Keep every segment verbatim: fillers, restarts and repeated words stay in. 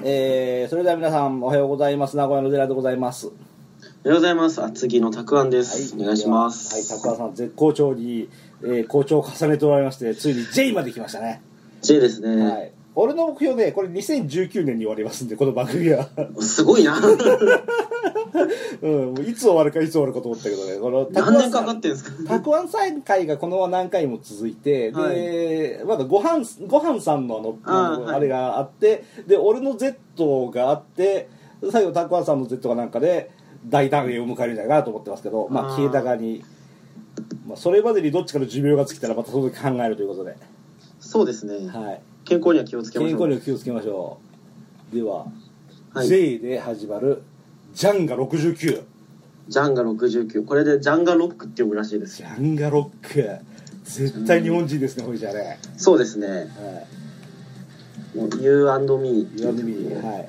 えー、それでは皆さんおはようございます。名古屋の寺でございます。 おはようございます。厚木のたくあんです、はい、お願いします。 はい、たくあんさん絶好調に、えー、好調を重ねておられまして、ついに J まで来ましたね。 J ですね。 はい、俺の目標ね、これにせんじゅうきゅうねんに終わりますんで、この番組はすごいなうん、いつ終わるかいつ終わるかと思ったけどね、この何年かかってんですか。 たくあんさん会がこのまま何回も続いて、 はい、 でまだごはんごはんさんのあの あ, の、 はい、 あれがあって、で俺の Z があって、最後たくあんさんの Z がなんかで大団円を迎えるんじゃないかなと思ってますけど、まあ消えた側に、まあ、それまでにどっちかの寿命が尽きたらまたその時考えるということで。 そうですね、 はい、 健康には気をつけましょう。 健康には気をつけましょう。では、 はい、 J で始まるジャンガろくじゅうきゅう。 ジャンガろくじゅうきゅう、これでジャンガロックって呼ぶらしいです。 ジャンガロック、絶対日本人ですね、ほいじゃね。 そうですね、はい、もう ユーアンドミーユーアンドミー、はい、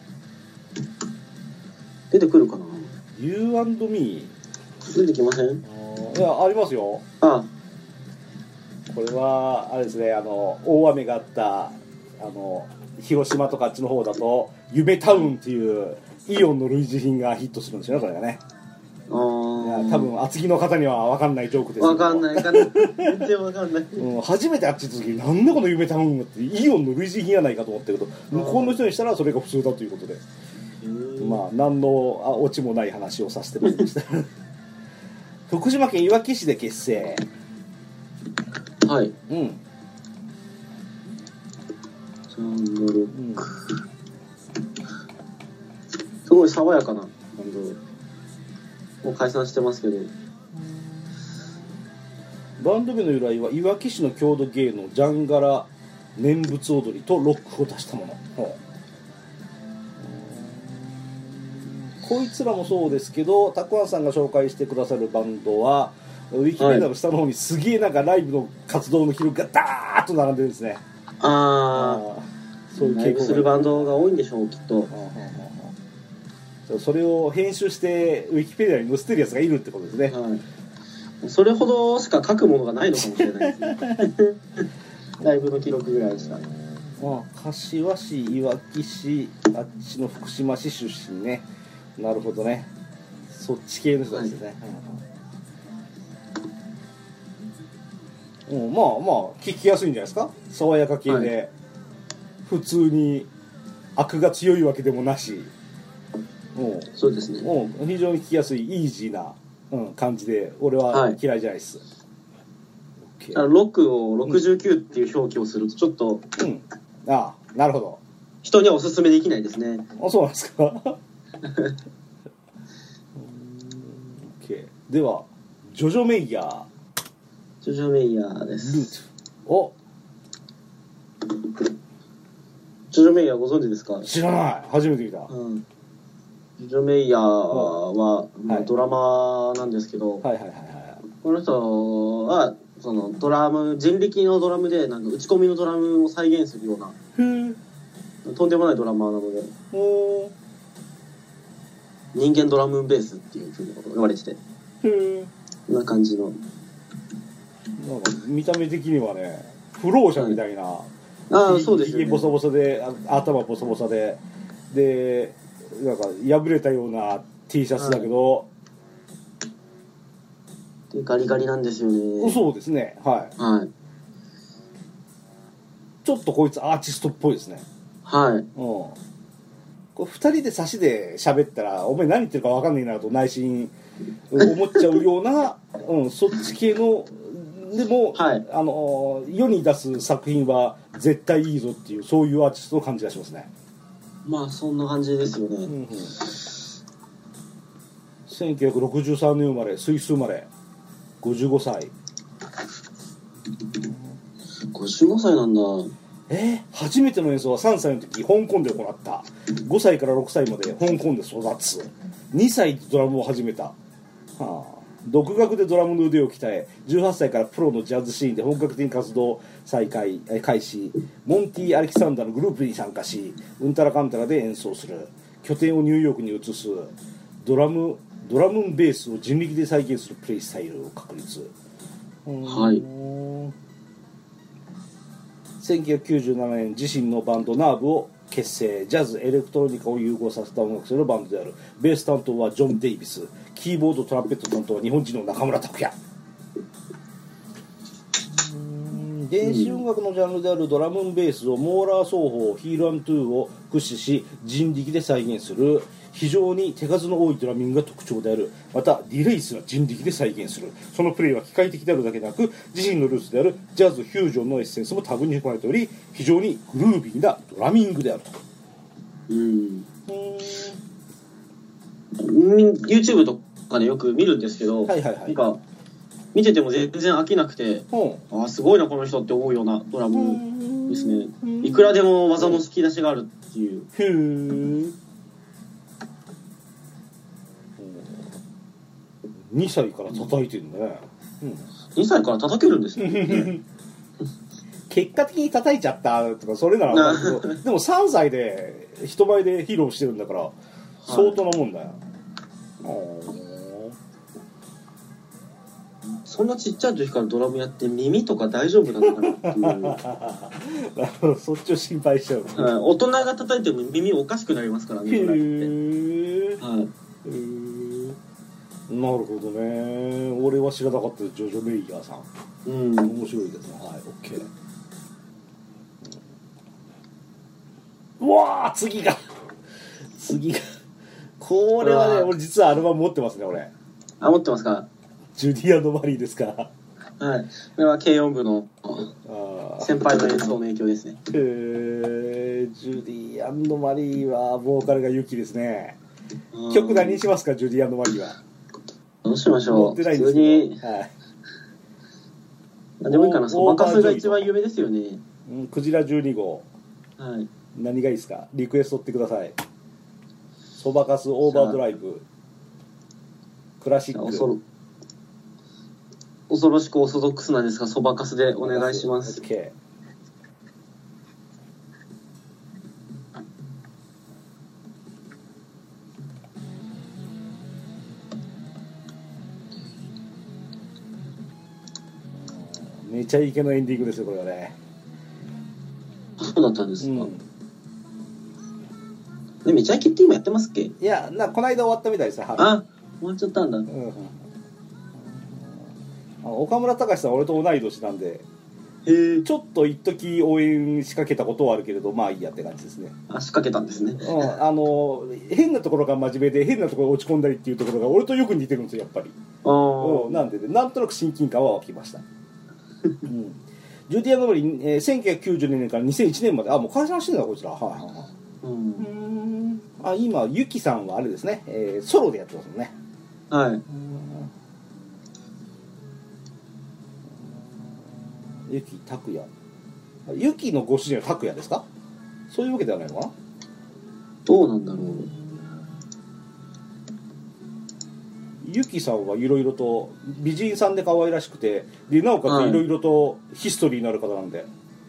出てくるかな。 ユーアンドミー 出てきません？ いや、ありますよ。 あ、 これはあれですね、あの大雨があったあの広島とかあっちの方だと夢タウンっていうイオンの類似品がヒットするんですよね、これがね。 あー、 いや多分厚木の方には分かんないジョークですけど。 分かんないかな全然分かんない、 うん、初めてあっち行った時なんでこの夢タウンってイオンの類似品やないかと思ったけど、向こうの人にしたらそれが普通だということで、まあ何のオチもない話をさせてもらいました福島県いわき市で結成。 はい、 うん、 ジャンガロック、うん、すごい爽やかなバンド。もう解散してますけど、 バンド名の由来はいわき市の郷土芸能ジャンガラ念仏踊りとロックを出したもの。こいつらもそうですけど、たくあんさんが紹介してくださるバンドはウィキペディアの下の方にすげえなんかライブの活動の記録がダーッと並んでるんですね。 ああ、そういう傾向がライブするバンドが多いんでしょう、きっと。 それを編集してウィキペディアに載せてるやつがいるってことですね。 はい、それほどしか書くものがないのかもしれないですねライブの記録ぐらいしか。 あ、柏市、いわき市、あっちの福島市出身ね。なるほどね、そっち系の人ですね。はい、うん、まあまあ聞きやすいんじゃないですか。爽やか系で、はい、普通に悪が強いわけでもなし、うん、 そうですね、 うん、非常に聞きやすいイージーな、うん、感じで俺は嫌いじゃないです。 はい、ロックをろくじゅうきゅうっていう表記をするとちょっと、 うん、ああ、なるほど、 人にはおすすめできないですね。 あ、そうなんですかではジョジョメイヤー。 ジョジョメイヤーです。 ルート。お、 ジョジョメイヤーご存知ですか？ 知らない、初めて見た。 うん、ジョジョメイヤーは、まあ、ドラマなんですけど、 はいはいはいはい、 この人はそのドラム、人力のドラムでなんか打ち込みのドラムを再現するようなとんでもないドラマーなので、人間ドラムベースっていうふうに言われてて、こんな感じの、 なんか見た目的にはね、不老者みたいな、 はい、ああ、そうですよね、 ボソボソで、頭ボソボソで、でなんか破れたような T シャツだけど、はい、 でガリガリなんですよね。 そうですね、はい、はい、ちょっとこいつアーティストっぽいですね。 はい、うん、 これふたりで差しで喋ったらお前何言ってるか分かんないなと内心思っちゃうような、うん、そっち系のでも、はい、あの世に出す作品は絶対いいぞっていう、そういうアーティストの感じがしますね。 まあそんな感じですよね。うん、うん、 せんきゅうひゃくろくじゅうさんねん生まれ、スイス生まれ、ごじゅうごさい。 ごじゅうごさいなんだ。 えー、初めての演奏はさんさいの時香港で行った。ごさいからろくさいまで香港で育つ。にさいでドラムを始めた、はあ、独学でドラムの腕を鍛え、じゅうはっさいからプロのジャズシーンで本格的に活動再開開始。モンティ・アレキサンダーのグループに参加し、うんたらかんたらで演奏する。拠点をニューヨークに移す。ドラムドラムンベースを人力で再現するプレイスタイルを確立。 はい。 せんきゅうひゃくきゅうじゅうななねん自身のバンドナーブを結成。ジャズエレクトロニカを融合させた音楽性のバンドである。ベース担当はジョン・デイビス、キーボードトランペット担当は日本人の中村拓也。電子音楽のジャンルであるドラムンベースをモーラー奏法ヒールアンドゥを駆使し人力で再現する非常に手数の多いドラミングが特徴である。またディレイスな人力で再現する。そのプレイは機械的であるだけでなく自身のルーツであるジャズフュージョンのエッセンスも多分に含まれており非常にグルービーなドラミングであると。 うん YouTube とかでよく見るんですけど、 はいはいはい、 なんか見てても全然飽きなくて、あすごいなこの人って思うようなドラムですね。いくらでも技の引き出しがあるっていう。 へー。にさいから叩いてるんだね、うん、 にさいから叩けるんですよ、ね、 結果的に叩いちゃったとかそれなら分かるけどでもさんさいで人前で披露してるんだから相当なもんだよ、はい、 そんなちっちゃい時からドラムやって耳とか大丈夫なのかなっていうそっちを心配しちゃう、 はい、大人が叩いても耳おかしくなりますからね。へー、はい、 へーなるほどね。俺は知らなかったです。ジョジョ・メイヤーさん、うん、面白いですね。はい、オッケー。うわー次が次がこれはね俺実はアルバム持ってますね。俺あ持ってますか。 ジュディ&マリーですか。 はい、これは軽音部の先輩の演奏の影響ですね。 えー、ジュディ&マリーはボーカルがユキですね。曲何にしますか。ジュディ&マリーはどうしましょう。普通に、はい、何でもいいかな。そばかすが一番有名ですよね。 うん、クジラじゅうに号、 はい、 何がいいですか。リクエストってください。そばかすオーバードライブクラシック。 恐ろ恐ろしくオーソドックスなんですがそばかすでお願いします。 OK。めちゃイケのエンディングですよこれはね。 そうだったんですか、うん、でめちゃイケって今やってますっけ。 いやなこの間終わったみたいですよ。 あ終わっちゃったんだ、うんうん、 岡村隆史さん俺と同い年なんでへちょっと一時応援仕掛けたことはあるけれどまあいいやって感じですね。 あ仕掛けたんですね、 うん、あの変なところが真面目で変なところが落ち込んだりっていうところが俺とよく似てるんですよやっぱり。あ、うん、なんで、ね、なんとなく親近感は湧きました、うん、ジュディ・マリー、えー、せんきゅうひゃくきゅうじゅうにねんからにせんいちねんまであもう解散してるんだこいつら。はいはいはい、うん、あ今ユキさんはあれですね、えー、ソロでやってますもんね。 はい。 ユキ拓也。ユキのご主人は拓也ですか。そういうわけではないのかな。 どうなんだろう。 ユキさんはいろいろと美人さんで可愛らしくてでなおかついろいろとヒストリーのある方なんで、はい、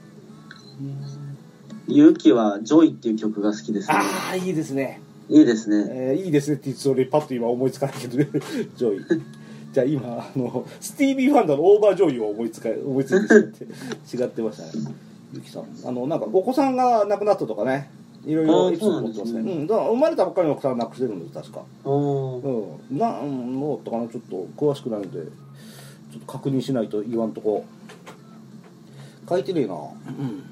ユキはジョイっていう曲が好きですね。 ああいいですね。 いいですね、 えー、いいですねって言ってそれパッと今思いつかないけどねジョイじゃあ今あのスティービー・ファンダのオーバージョイを思いつか思いついてしまって違ってましたね。ユキさんあのなんかお子さんが亡くなったとかねいろいろエピソード持ってますね。うん、だから生まれたばっかりのお子さん亡くしてるんです確か。うんなんのとかなちょっと詳しくないのでちょっと確認しないと言わんとこ書いてねえな。うん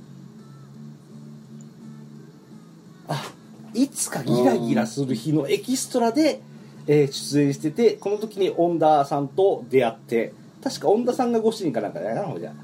あいつかギラギラする日のエキストラで、えー、出演しててこの時に恩田さんと出会って確か恩田さんがご主人かなんかじゃないかな。じゃあ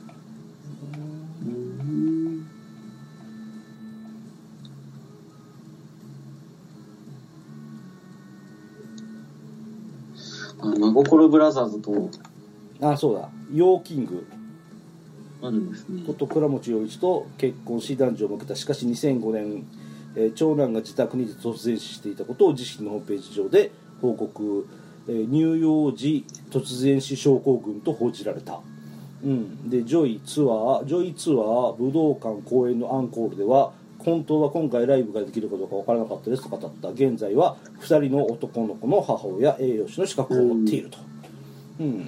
真心ブラザーズとあそうだヨーキングあるんですねこと倉持陽一と結婚し男女を向けた。しかしにせんごねん、えー、長男が自宅にて突然死していたことを自身のホームページ上で報告、えー、乳幼児突然死症候群と報じられた、うん、でジョイツアージョイツアー武道館公演のアンコールでは本当は今回ライブができるかどうか分からなかったですと語った。現在はふたりの男の子の母親栄養士の資格を持っていると、うんうん、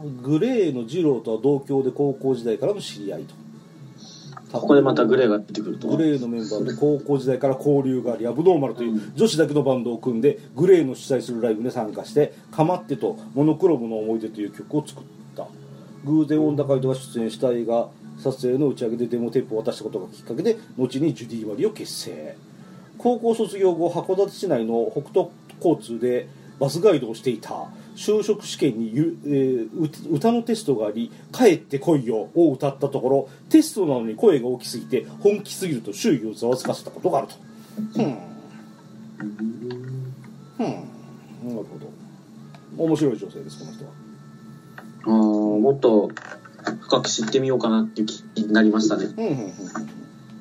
グレーの二郎とは同郷で高校時代からの知り合いと。 ここでまたグレーが出てくると。 グレーのメンバーと高校時代から交流があり、アブノーマルという女子だけのバンドを組んでグレーの主催するライブで参加して「かまって」と「モノクロームの思い出」という曲を作った。偶然恩田海人が出演した映画撮影の打ち上げでデモテープを渡したことがきっかけで後にジュディ・マリを結成。高校卒業後函館市内の北斗交通でバスガイドをしていた。就職試験にゆ、えー、歌のテストがあり「帰ってこいよ」を歌ったところテストなのに声が大きすぎて本気すぎると周囲をざわつかせたことがあると。ふんふん、なるほど。面白い女性ですこの人は。 あー、もっと深く知ってみようかなっていう気になりましたね。 うんうんうんうん、なるほど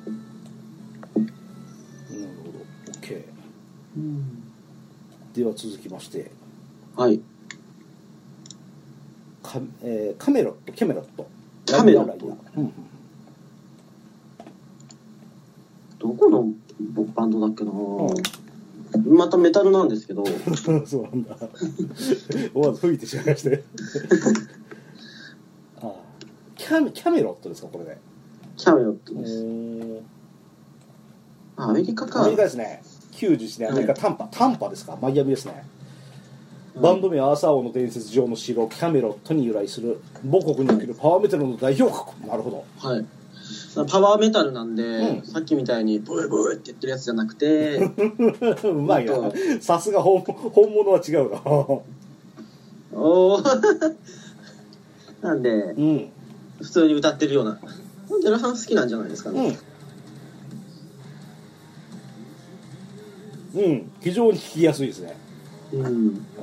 OK、うん、では続きましてはい、 かえー、カメロットキャメロットカメロット、うんうん、どこのバンドだっけな、うん、またメタルなんですけどそうなんだ思わず吹いてしまいましてあキャメキャメロットですかこれね。 キャメロットです。あ、アメリカか。 アメリカですね。きゅうじゅういちねんアメリカ、はい、タンパタンパですかマイアミですね。バンド名はアーサー王の伝説上の城キャメロットに由来する母国におけるパワーメタルの代表格。なるほど。 はい。パワーメタルなんで、うん、さっきみたいにブーブーって言ってるやつじゃなくてうまいな。さすが本物は違うなおーなんで、うん、普通に歌ってるような。デラさん好きなんじゃないですかね。 うん、うん、非常に聴きやすいですね。うん、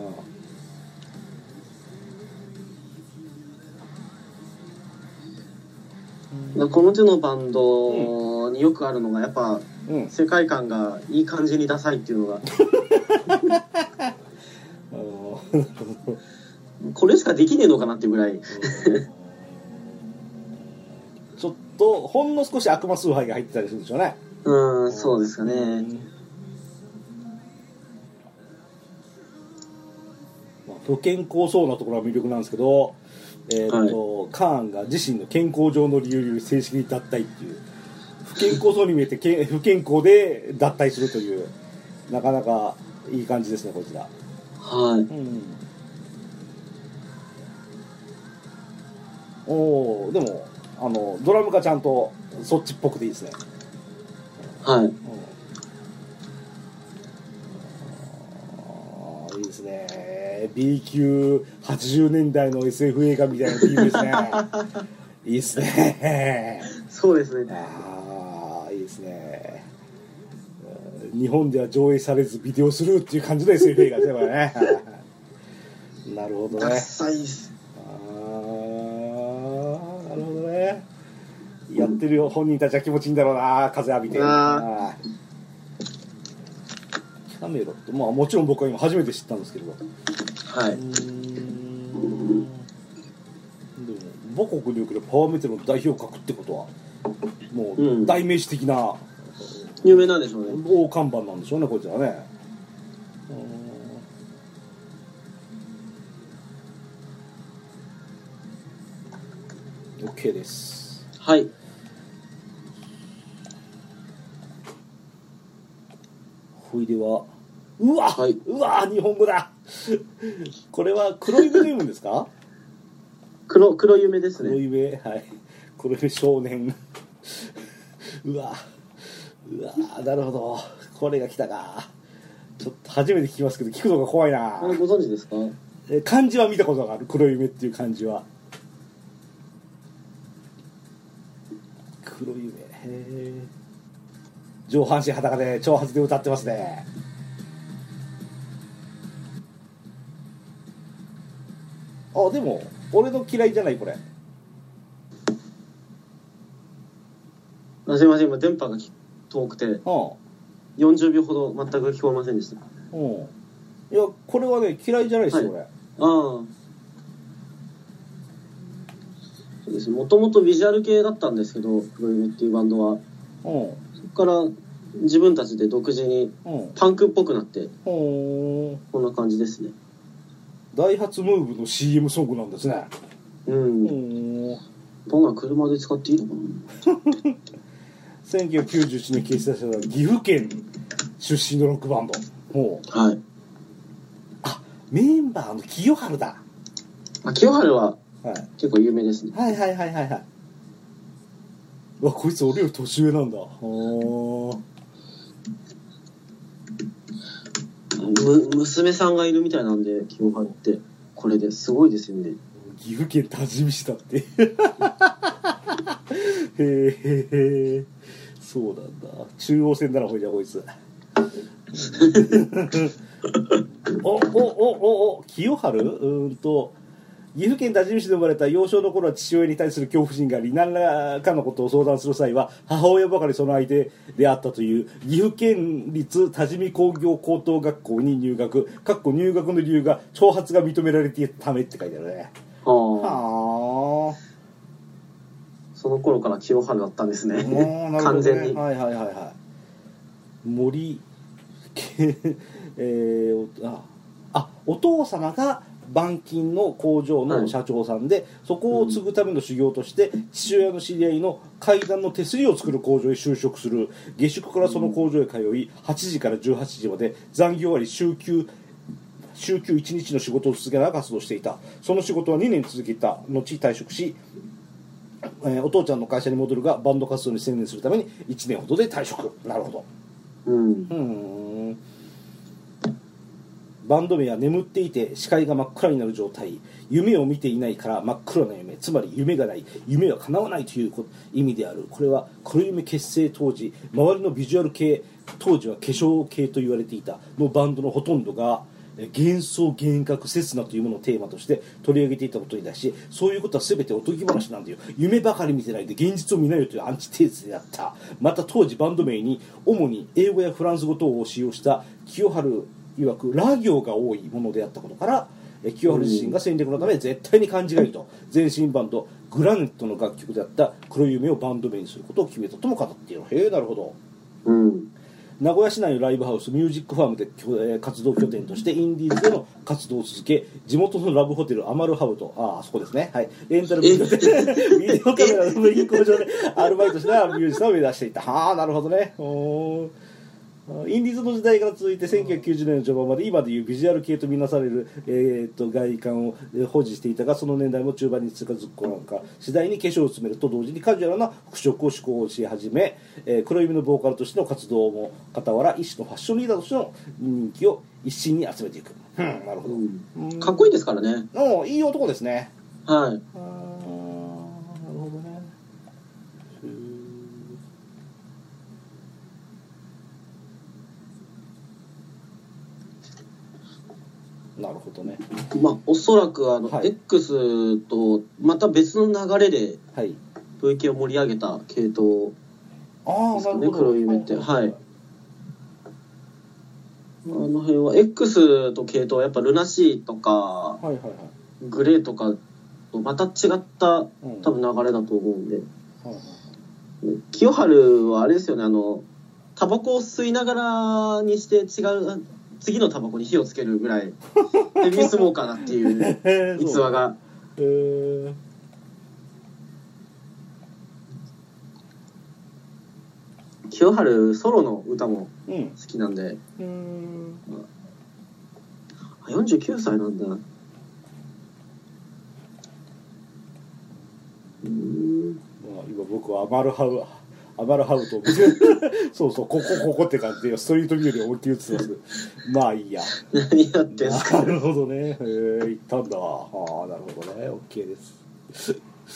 うん、この手のバンドによくあるのがやっぱ、うん、世界観がいい感じにダサいっていうのがこれしかできねえのかなっていうぐらいちょっとほんの少し悪魔崇拝が入ってたりするんでしょうね。 うん、そうですかね。うん、 不健康そうなところが魅力なんですけど、えーとはい、カーンが自身の健康上の理由に正式に脱退っていう不健康そうに見えてけ不健康で脱退するというなかなかいい感じですねこちら。 はい、うん、 おーでもあのドラムがちゃんとそっちっぽくていいですね。 はい、うん、 あいいですね。 B 級はちじゅうねんだいの エスエフ 映画みたいなビームですねいいですねそうですね。 ああいいですね。日本では上映されずビデオスルーっていう感じの エスエフ 映画ですねこれねなるほどね。 ダサいです。 ああなるほどね。やってるよ本人たちは気持ちいいんだろうな風浴びて。あキャメロット、まあもちろん僕は今初めて知ったんですけど、 はい。うーんでも母国におけるパワーメタルの代表格ってことはもう代名詞的な、うん、 有名なんでしょうね。 大看板なんでしょうねこいつはね。うん OK です。 はい。 ほいではうわ、はい、うわ日本語だこれは黒夢の読むんですか黒黒夢ですね。 黒夢はい黒夢少年うわうわなるほどこれが来たか。ちょっと初めて聞きますけど聞くのが怖いな。 あれご存知ですか。 え漢字は見たことがある黒夢っていう漢字は。黒夢へえ上半身裸で長髪で歌ってますね。あでも俺の嫌いじゃないこれ。 あすいません今電波が遠くて、うん、よんじゅうびょうほど全く聞こえませんでした。 うん、いやこれはね嫌いじゃないですよ、はい、俺。ああそうです。もともとビジュアル系だったんですけど黒夢っていうバンドは、うん、そこから自分たちで独自にパンクっぽくなって、うん、こんな感じですね。 ダイハツムーブの シーエム ソングなんですね。 うん。バンガ車で使っていいのかな。 せんきゅうひゃくきゅうじゅういちねん結成された岐阜県出身のロックバンド。ほう。はい。 あ、メンバーの清春だ。 あ、清春は結構有名ですね。 はいはいはいはいはい。うわ、こいつ俺より年上なんだ。おむ娘さんがいるみたいなんで、清春ってこれですごいですよね。 岐阜県多治見市だってへえへえ、そうなんだ。中央線だなほいじゃこいつおおおおお清春、うーんと岐阜県多治見市で生まれた幼少の頃は父親に対する恐怖心があり、何らかのことを相談する際は母親ばかりその相手であったという。岐阜県立多治見工業高等学校に入学、かっこ入学の理由が長髪が認められていたためって書いてあるね。はあ、 その頃から清春だったんですね。ね、完全に。 はいはいはいはい。森えー、ああお父様が板金の工場の社長さんで、はい、そこを継ぐための修行として、うん、父親の知り合いの階段の手すりを作る工場へ就職する。下宿からその工場へ通い、はちじからじゅうはちじまで残業あり週休週休いちにちの仕事を続けながら活動していた。その仕事はにねん続けた後退職し、えー、お父ちゃんの会社に戻るがバンド活動に専念するためにいちねんほどで退職。なるほど。うん、うんバンド名は眠っていて視界が真っ暗になる状態。夢を見ていないから真っ暗な夢、つまり夢がない、夢は叶わないという意味である。これは黒夢結成当時、周りのビジュアル系、当時は化粧系と言われていたのバンドのほとんどが幻想幻覚刹那というものをテーマとして取り上げていたことに対し、そういうことは全ておとぎ話なんだよ、夢ばかり見てないで現実を見ないよというアンチテーゼであった。また当時バンド名に主に英語やフランス語等を使用した清春曰くラ行が多いものであったことから、清春自身が戦略のため絶対に漢字がいると、前身バンドグラネットの楽曲であった黒夢をバンド名にすることを決めたとも語っている。へえ、なるほど。うん、名古屋市内のライブハウスミュージックファームで活動拠点としてインディーズでの活動を続け、地元のラブホテルアマルハウト、ああそこですね、はい、レンタルビデオでビデオカメラの無理工場でアルバイトしながらミュージシャンを目指していた。はあ、なるほどね。おインディーズの時代から続いてせんきゅうひゃくきゅうじゅうねんの序盤まで今でいうビジュアル系とみなされる、えー、と外観を保持していたが、その年代も中盤に近づく頃なんか次第に化粧を詰めると同時にカジュアルな服飾を志向し始め、えー、黒指のボーカルとしての活動も傍ら一種のファッションリーダーとしての人気を一身に集めていく。うん、なるほど、 うん、かっこいいですからね。 おいい男ですね。 はい。 なるほどね。 まあおそらくあの、はい、X とまた別の流れで ブイケー を盛り上げた系統ですかね、黒夢って。はい。あの辺は X と系統はやっぱルナシーとか、はいはいはい、グレーとかとまた違った多分流れだと思うんで、うんはいはい、清春はあれですよね、あのタバコを吸いながらにして違う次のタバコに火をつけるぐらいヘビースモーカーだっていう逸話がへー。清春ソロの歌も好きなんで、うん、あよんじゅうきゅうさいなんだ。 うん、まあ、今僕はアマルハウアマルハウトをそうそうここここって感じでストリートビューで思いっきり打ってます。まあいいや。 何やってんすか。 なるほどね。へえ、行ったんだ。ああ、なるほどね。オッケーです。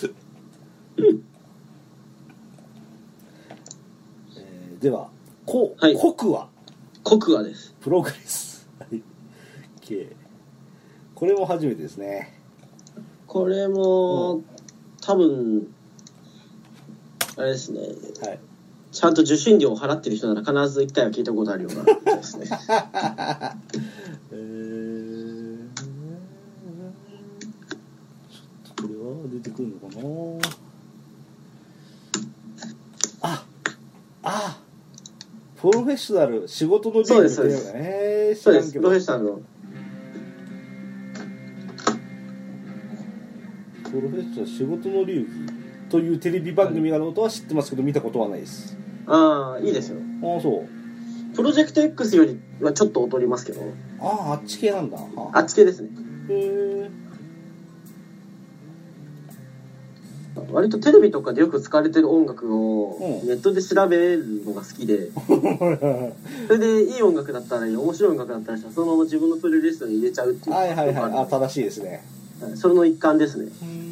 えー、ではこ、はい、コクワコクワですプログレスはい OK。 これも初めてですね。 これも、うん、多分あれですね、はい、ちゃんと受信料を払ってる人なら必ず一回は聞いたことあるようなことですね。えー、 ちょっとこれは出てくるのかな。ああプロフェッショナル仕事のそうですそうです、 えー、 そうですプロフェッショナルのプロフェッショナル仕事の流儀というテレビ番組があることは知ってますけど見たことはないです。 ああ、いいですよ。 ああ、そう。 プロジェクト X よりはちょっと劣りますけど。 ああ、あっち系なんだ。はあ、あっち系ですね。 へえ。 割とテレビとかでよく使われてる音楽をネットで調べるのが好きで、うん、それでいい音楽だったらいい、面白い音楽だったらそのまま自分のプレイリストに入れちゃうっていう。 はいはいはい。あ、正しいですね。 それの一環ですね。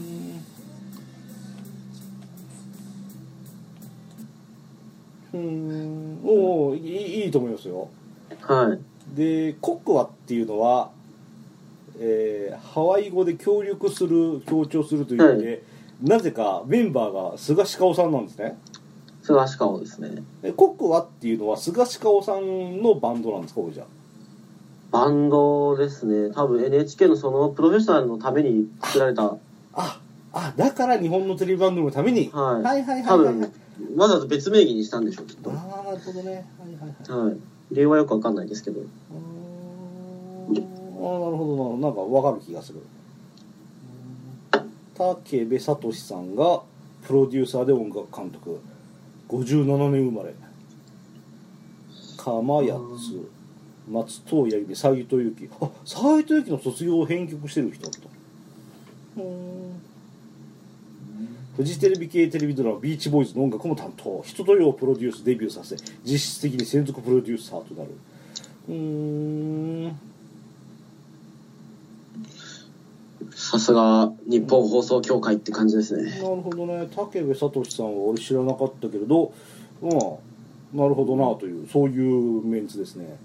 うーん、おお、いい、いいと思いますよ。 はい。 で、コックワっていうのは、えー、ハワイ語で協力する、強調するという意味で、はい、なぜかメンバーが菅氏香さんなんですね。 菅氏香ですね。 コックワっていうのは菅氏香さんのバンドなんですか、これじゃ。 バンドですね。多分 エヌエイチケー のそのプロフェッショナルのために作られた。 あ、あ、だから日本のテレビ番組のために。 はい。 はいはいはいはい、 多分わざと別名義にしたんでしょうきっと。 ああ、なるほどね。はいはいはい。 はい。理由はよくわかんないですけど。うーん。ああ、なるほどな。なんかわかる気がする。武部聡さんがプロデューサーで音楽監督。ごじゅうななねん生まれ。釜谷津、松任谷由実、斉藤由貴。あ、斉藤由貴の卒業を編曲してる人だった。うーん。フジテレビ系テレビドラマビーチボーイズの音楽も担当。人とよをプロデュースデビューさせ実質的に専属プロデューサーとなる。うーん。 さすが日本放送協会って感じですね。 なるほどね。武部聡さんは俺知らなかったけれど、まあなるほどなという、そういうメンツですね。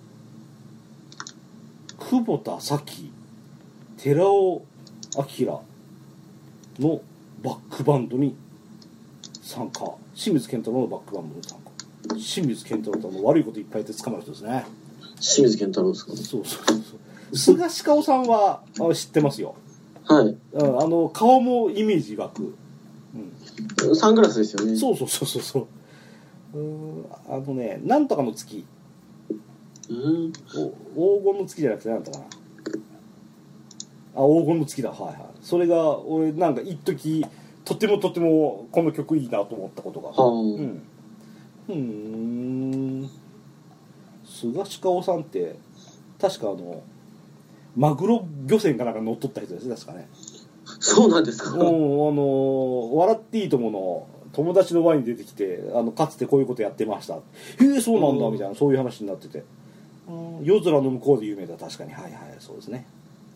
久保田早紀、寺尾明のバックバンドに参加。清水健太郎のバックバンドに参加。清水健太郎との悪いこといっぱいやって捕まる人ですね。 清水健太郎ですか。 そうそうそうそう。菅氏香さんは知ってますよ。 はい。 あの顔もイメージ湧く、 うん。サングラスですよね。 そうそうそうそうそう。うーん、あのね、なんとかの月。 うん。 お黄金の月じゃなくてなんだかな。あ、黄金の月だ。はいはい。それが俺なんか一時とてもとてもこの曲いいなと思ったことが。 はあ。 うん。うーん。菅氏香さんって確かあのマグロ漁船かなんか乗っ取った人ですね、確かね。 そうなんですか。 うん、あの笑っていいともの友達の輪に出てきて、あのかつてこういうことやってました。へえ、そうなんだみたいな、そういう話になってて、うん、夜空の向こうで有名だ。確かに、はいはい、そうですね。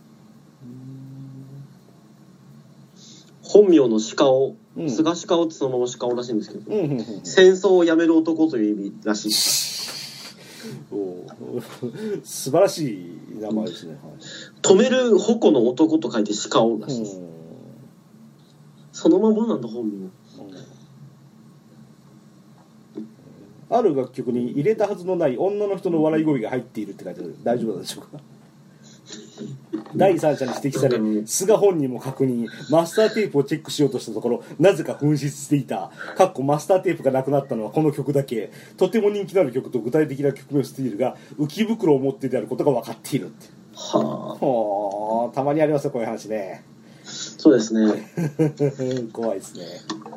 本名の鹿尾、 うん、 菅鹿尾ってそのまま鹿尾らしいんですけど、 うんうんうんうん、 戦争をやめる男という意味らしい。 お素晴らしい名前ですね、はい、 止める矛の男と書いて鹿尾らしいです。そのままなんだ本名。 ある楽曲に入れたはずのない女の人の笑い声が入っているって書いてある。大丈夫なんでしょうか。第三者に指摘され、菅本人も確認、マスターテープをチェックしようとしたところ、なぜか紛失していた。かっこマスターテープがなくなったのはこの曲だけ。とても人気のある曲と具体的な曲のスティールが浮き袋を持ってであることが分かっているって。 はあ。 ほー、たまにありますよ、こういう話ね。 そうですね。 怖いですね。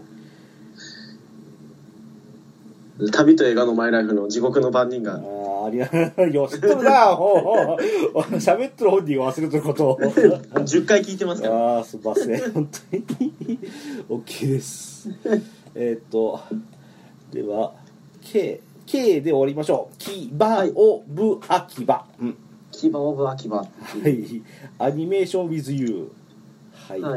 旅と映画のマイライフの地獄の番人が。 ああ、ありがとう。よ、知っとるな。ほうほう。喋ってる本人が忘れてることを。 じゅっかい聞いてますから。 ああ、すみません。本当に。OK です。えっと、では、K、K で終わりましょう。キバオブアキバ。うん。 キバオブアキバ。 はい。アニメーション with you。はい。はい、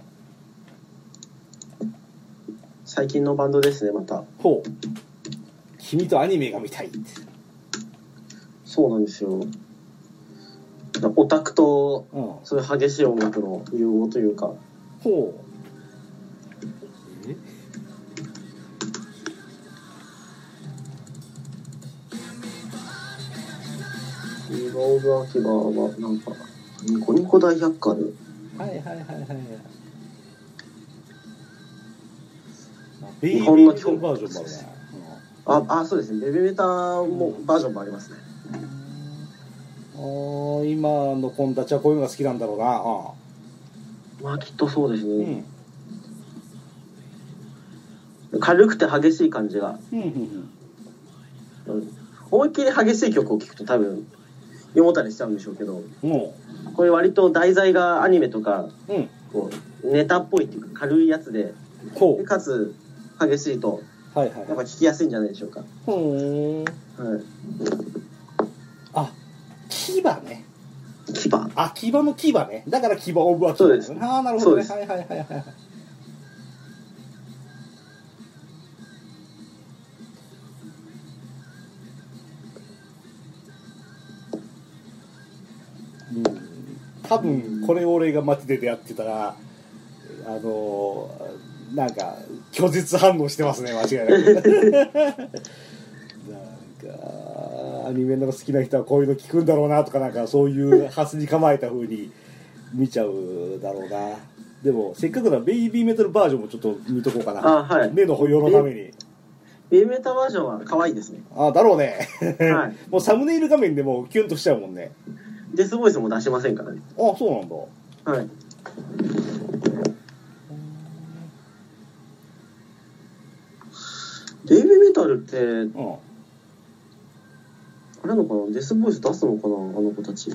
最近のバンドですね、また。 ほう。君とアニメが見たい。 そうなんですよ。オタクと、うん、そういう激しい音楽の融合というか。 ほう。え？ キバオブアキバはなんかニコニコ大百科で。 はいはいはいはい。 日本のバージョンもあるね。 ああ、そうですね。ベビーメタもバージョンもありますね。 ああ、今の子たちはこういうのが好きなんだろうな。あまあきっとそうですね、うん、軽くて激しい感じが、うんうんうん、思いっきり激しい曲を聴くと多分胃もたれしちゃうんでしょうけど、うん、これ割と題材がアニメとか、うん、こうネタっぽいっていうか軽いやつで、でかつ激しいと、はいはい、やっぱ聴きやすいんじゃないでしょうか。ふーん、はい、 あ、牙ね。 牙。 あ、牙の牙ね。だから牙オブアキバ。 そうです。 ああ、なるほどね。はいはいはいはい。うん、多分これ俺が街で出会ってたら、あのー、なんか拒絶反応してますね、間違いなく。なんかアニメの好きな人はこういうの聞くんだろうなとか、なんかそういうハスに構えた風に見ちゃうだろうな。でもせっかくならベイビーメタルバージョンもちょっと見とこうかな。 あ、はい、 目の保養のために。 ベイビーメタルバージョンは可愛いですね。 あ、だろうね。はい、もうサムネイル画面でもキュンとしちゃうもんね。 デスボイスも出しませんからね。 あ、そうなんだ。 はい。ベイビーメタルって、うん、あれなのかな、デスボイス出すのかな、あの子たち。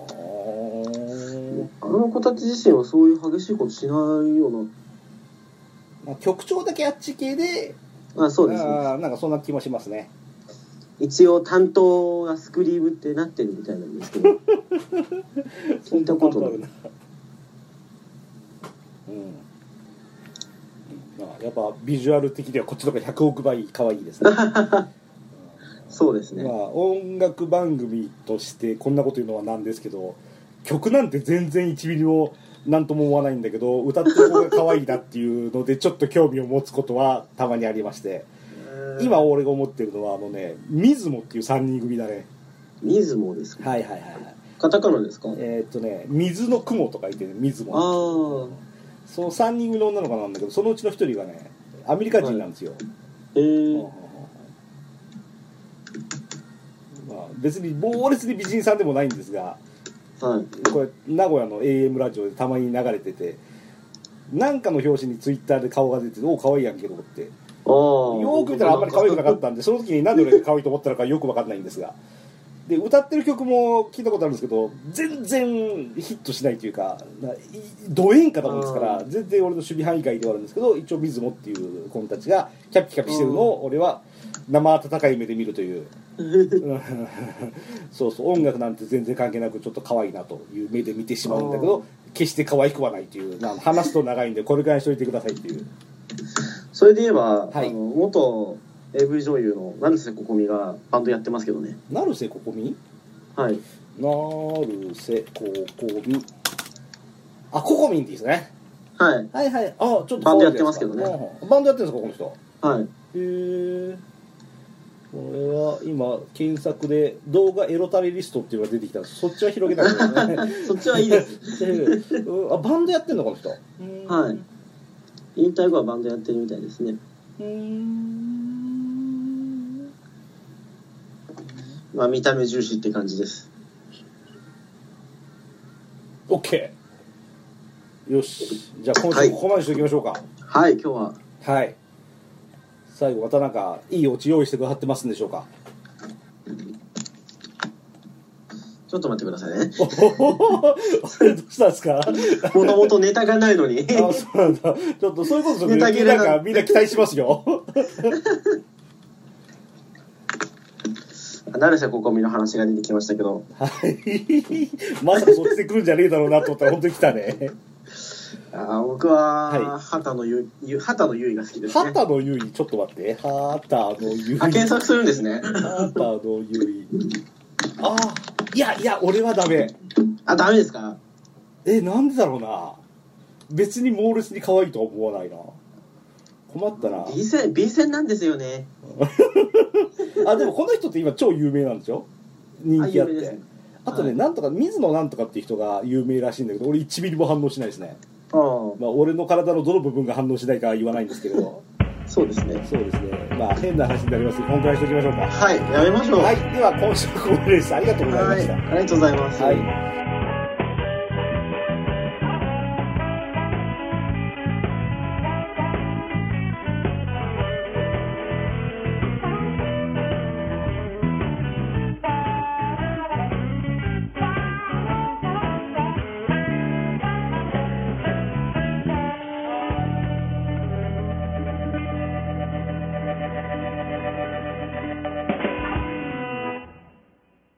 あの子たち自身はそういう激しいことしないような、 まあ、曲調だけあっち系で、 あ、そうですね。 あ、なんかそんな気もしますね。 一応担当がスクリームってなってるみたいなんですけど聞いたことない。うん、まあ、やっぱビジュアル的にはこっちの方がひゃくおくばい可愛いですね。 そうですね。 まあ音楽番組としてこんなこと言うのはなんですけど、曲なんて全然いちミリも何とも思わないんだけど、歌ってる子が可愛いなっていうのでちょっと興味を持つことはたまにありまして、今俺が思ってるのはあのね、ミズモっていうさんにん組だね。 ミズモですか。 はいはいはい。 カタカナですか。 えー、っとね、水の雲とか言ってね、ミズモ。ああ。そのさんにん組の女の子なんだけど、そのうちのひとりがね、アメリカ人なんですよ。へ、はい、えー。まあ、別に猛烈に美人さんでもないんですが、はい、これ名古屋の エーエム ラジオでたまに流れてて、なんかの表紙にツイッターで顔が出てて、おお可愛いやんけどって。よーく見たらあんまり可愛くなかったんで、その時に何で俺が可愛いと思ったのかよく分かんないんですが、で歌ってる曲も聞いたことあるんですけど、全然ヒットしないというか、ド演歌だもんですから全然俺の守備範囲外ではあるんですけど、一応ミズモっていう子たちがキャピキャピしてるのを俺は生温かい目で見るというそうそう、音楽なんて全然関係なくちょっと可愛いなという目で見てしまうんだけど、決して可愛くはないという、話すと長いんでこれくらいにしといてくださいっていう。 それで言えば、はい、あの元 エーブイ 女優の成瀬ここみがバンドやってますけどね。 成瀬ここみ？ はい。 成瀬ここみ。あ、ここみんっていいですね。 はい。 はいはい。あ、ちょっとバンドやってますけどね。 バンドやってるんですか、この人。 はい。 へえ。これは今検索で動画エロタレリストっていうのが出てきたんです。そっちは広げないですね。 そっちはいいです。 あ、バンドやってんのこの人。 はい。引退後はバンドやってるみたいですね。うーん、まあ見た目重視って感じです。 OK。 よし、じゃあ今週ここまでしておきましょうか。 はい、はい、今日ははい、最後またなんかいいオチ用意してくださってますんでしょうか。 ちょっと待ってくださいね。 どうしたんですか。 もともとネタがないのに。 あ、そうなんだ。ちょっとそういうことするとなんかみんな期待しますよ。 成瀬ここみの話が出てきましたけど。 はい。まさかそっちで来るんじゃねえだろうなと思ったら本当に来たね。 あ、僕は、はい、畑野ゆい、畑野ゆいが好きですね。 畑野ゆい、ちょっと待って。畑野ゆい。 あ、検索するんですね。 畑野ゆい。ああ、いやいや、俺はダメ。 あ、ダメですか。 え、なんでだろうな。別に猛烈に可愛いとは思わないな。困ったな。 B 線 B 線なんですよね。 あ、でもこの人って今超有名なんですよ、人気あって。 あ, あとね、はい、なんとか水野なんとかっていう人が有名らしいんだけど、俺いちミリも反応しないですね。あ、まあ、俺の体のどの部分が反応しないかは言わないんですけれど。 そうですね。 そうですね。まあ変な話になりますけど、このくらいしておきましょうか。 はい、やめましょう。 はい、では今週はここまでです。ありがとうございました。 はい、ありがとうございます。 はい。